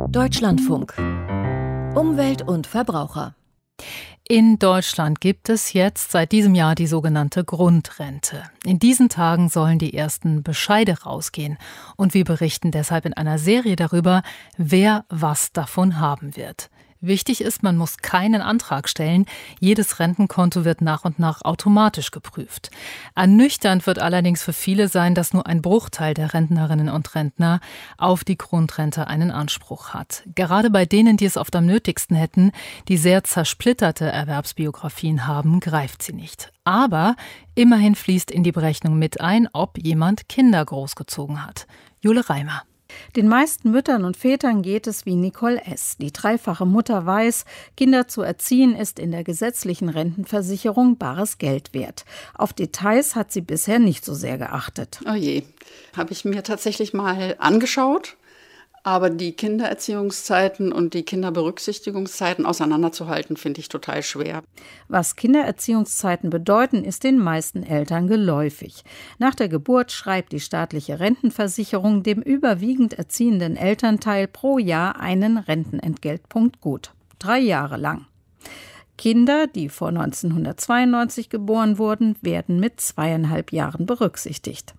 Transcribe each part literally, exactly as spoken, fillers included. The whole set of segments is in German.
Deutschlandfunk. Umwelt und Verbraucher. In Deutschland gibt es jetzt seit diesem Jahr die sogenannte Grundrente. In diesen Tagen sollen die ersten Bescheide rausgehen. Und wir berichten deshalb in einer Serie darüber, wer was davon haben wird. Wichtig ist, man muss keinen Antrag stellen. Jedes Rentenkonto wird nach und nach automatisch geprüft. Ernüchternd wird allerdings für viele sein, dass nur ein Bruchteil der Rentnerinnen und Rentner auf die Grundrente einen Anspruch hat. Gerade bei denen, die es oft am nötigsten hätten, die sehr zersplitterte Erwerbsbiografien haben, greift sie nicht. Aber immerhin fließt in die Berechnung mit ein, ob jemand Kinder großgezogen hat. Jule Reimer. Den meisten Müttern und Vätern geht es wie Nicole S. Die dreifache Mutter weiß, Kinder zu erziehen ist in der gesetzlichen Rentenversicherung bares Geld wert. Auf Details hat sie bisher nicht so sehr geachtet. Oh je, habe ich mir tatsächlich mal angeschaut. Aber die Kindererziehungszeiten und die Kinderberücksichtigungszeiten auseinanderzuhalten, finde ich total schwer. Was Kindererziehungszeiten bedeuten, ist den meisten Eltern geläufig. Nach der Geburt schreibt die staatliche Rentenversicherung dem überwiegend erziehenden Elternteil pro Jahr einen Rentenentgeltpunkt gut. Drei Jahre lang. Kinder, die vor neunzehnhundertzweiundneunzig geboren wurden, werden mit zweieinhalb Jahren berücksichtigt.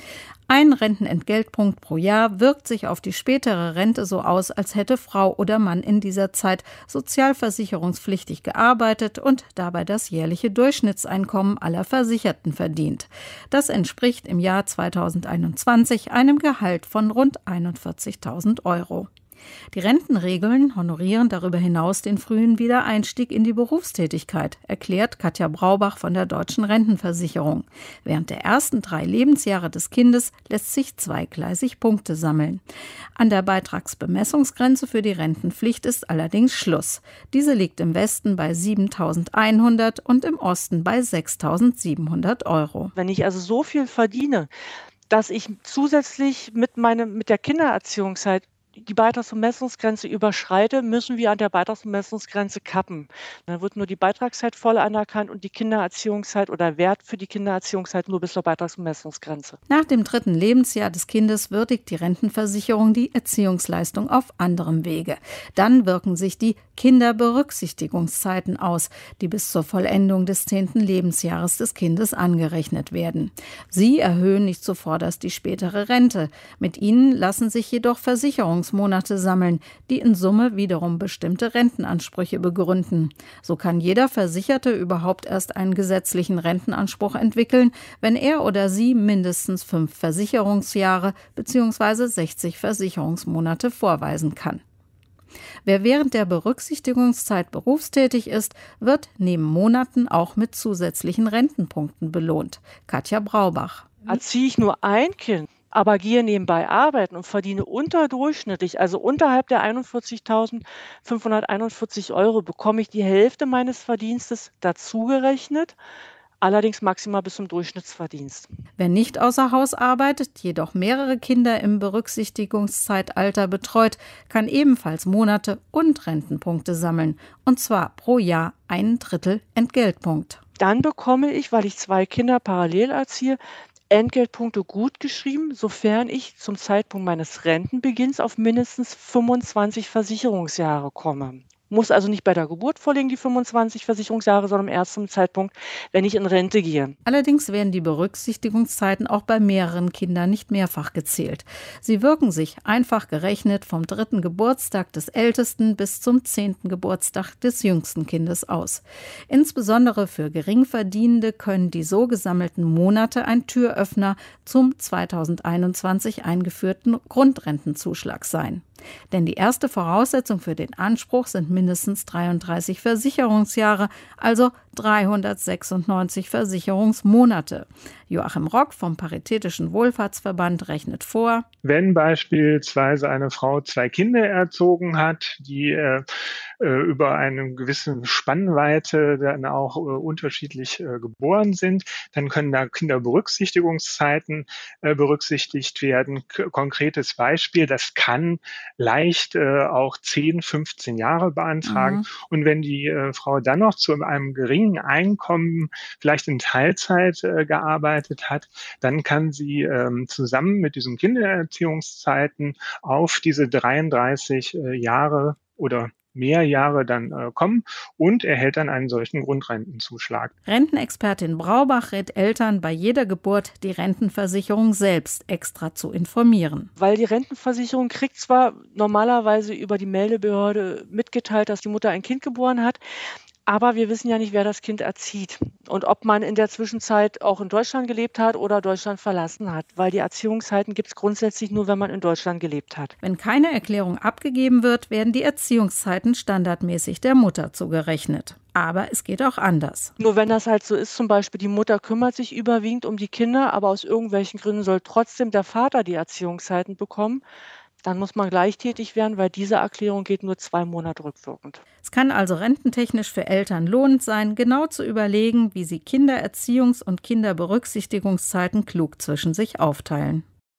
Ein Rentenentgeltpunkt pro Jahr wirkt sich auf die spätere Rente so aus, als hätte Frau oder Mann in dieser Zeit sozialversicherungspflichtig gearbeitet und dabei das jährliche Durchschnittseinkommen aller Versicherten verdient. Das entspricht im Jahr zweitausendeinundzwanzig einem Gehalt von rund einundvierzigtausend Euro. Die Rentenregeln honorieren darüber hinaus den frühen Wiedereinstieg in die Berufstätigkeit, erklärt Katja Braubach von der Deutschen Rentenversicherung. Während der ersten drei Lebensjahre des Kindes lässt sich zweigleisig Punkte sammeln. An der Beitragsbemessungsgrenze für die Rentenpflicht ist allerdings Schluss. Diese liegt im Westen bei siebentausendeinhundert und im Osten bei sechstausendsiebenhundert Euro. Wenn ich also so viel verdiene, dass ich zusätzlich mit, meinem, mit der Kindererziehungszeit die Beitragsbemessungsgrenze überschreite, müssen wir an der Beitragsbemessungsgrenze kappen. Dann wird nur die Beitragszeit voll anerkannt und die Kindererziehungszeit oder Wert für die Kindererziehungszeit nur bis zur Beitragsbemessungsgrenze. Nach dem dritten Lebensjahr des Kindes würdigt die Rentenversicherung die Erziehungsleistung auf anderem Wege. Dann wirken sich die Kinderberücksichtigungszeiten aus, die bis zur Vollendung des zehnten Lebensjahres des Kindes angerechnet werden. Sie erhöhen nicht zuvorderst die spätere Rente. Mit ihnen lassen sich jedoch Versicherungsmonate sammeln, die in Summe wiederum bestimmte Rentenansprüche begründen. So kann jeder Versicherte überhaupt erst einen gesetzlichen Rentenanspruch entwickeln, wenn er oder sie mindestens fünf Versicherungsjahre bzw. sechzig Versicherungsmonate vorweisen kann. Wer während der Berücksichtigungszeit berufstätig ist, wird neben Monaten auch mit zusätzlichen Rentenpunkten belohnt. Katja Braubach. Erziehe ich nur ein Kind, aber gehe nebenbei arbeiten und verdiene unterdurchschnittlich, also unterhalb der einundvierzigtausendfünfhunderteinundvierzig Euro, bekomme ich die Hälfte meines Verdienstes dazugerechnet, allerdings maximal bis zum Durchschnittsverdienst. Wer nicht außer Haus arbeitet, jedoch mehrere Kinder im Berücksichtigungszeitalter betreut, kann ebenfalls Monate und Rentenpunkte sammeln, und zwar pro Jahr ein Drittel Entgeltpunkt. Dann bekomme ich, weil ich zwei Kinder parallel erziehe, Entgeltpunkte gutgeschrieben, sofern ich zum Zeitpunkt meines Rentenbeginns auf mindestens fünfundzwanzig Versicherungsjahre komme. Muss also nicht bei der Geburt vorliegen, die fünfundzwanzig Versicherungsjahre, sondern erst zum Zeitpunkt, wenn ich in Rente gehe. Allerdings werden die Berücksichtigungszeiten auch bei mehreren Kindern nicht mehrfach gezählt. Sie wirken sich einfach gerechnet vom dritten Geburtstag des ältesten bis zum zehnten Geburtstag des jüngsten Kindes aus. Insbesondere für Geringverdienende können die so gesammelten Monate ein Türöffner zum zweitausendeinundzwanzig eingeführten Grundrentenzuschlag sein. Denn die erste Voraussetzung für den Anspruch sind mindestens dreiunddreißig Versicherungsjahre, also dreihundertsechsundneunzig Versicherungsmonate. Joachim Rock vom Paritätischen Wohlfahrtsverband rechnet vor: Wenn beispielsweise eine Frau zwei Kinder erzogen hat, die äh, äh, über eine gewisse Spannweite dann auch äh, unterschiedlich äh, geboren sind. Dann können da Kinderberücksichtigungszeiten äh, berücksichtigt werden. K- konkretes Beispiel, das kann leicht äh, auch zehn, fünfzehn Jahre beantragen. Mhm. Und wenn die äh, Frau dann noch zu einem geringen Einkommen vielleicht in Teilzeit äh, gearbeitet hat, dann kann sie ähm, zusammen mit diesen Kindererziehungszeiten auf diese dreiunddreißig äh, Jahre oder mehr Jahre dann äh, kommen und erhält dann einen solchen Grundrentenzuschlag. Rentenexpertin Braubach rät Eltern, bei jeder Geburt die Rentenversicherung selbst extra zu informieren. Weil die Rentenversicherung kriegt zwar normalerweise über die Meldebehörde mitgeteilt, dass die Mutter ein Kind geboren hat, aber wir wissen ja nicht, wer das Kind erzieht und ob man in der Zwischenzeit auch in Deutschland gelebt hat oder Deutschland verlassen hat, weil die Erziehungszeiten gibt es grundsätzlich nur, wenn man in Deutschland gelebt hat. Wenn keine Erklärung abgegeben wird, werden die Erziehungszeiten standardmäßig der Mutter zugerechnet. Aber es geht auch anders. Nur wenn das halt so ist, zum Beispiel die Mutter kümmert sich überwiegend um die Kinder, aber aus irgendwelchen Gründen soll trotzdem der Vater die Erziehungszeiten bekommen, dann muss man gleich tätig werden, weil diese Erklärung geht nur zwei Monate rückwirkend. Es kann also rententechnisch für Eltern lohnend sein, genau zu überlegen, wie sie Kindererziehungs- und Kinderberücksichtigungszeiten klug zwischen sich aufteilen.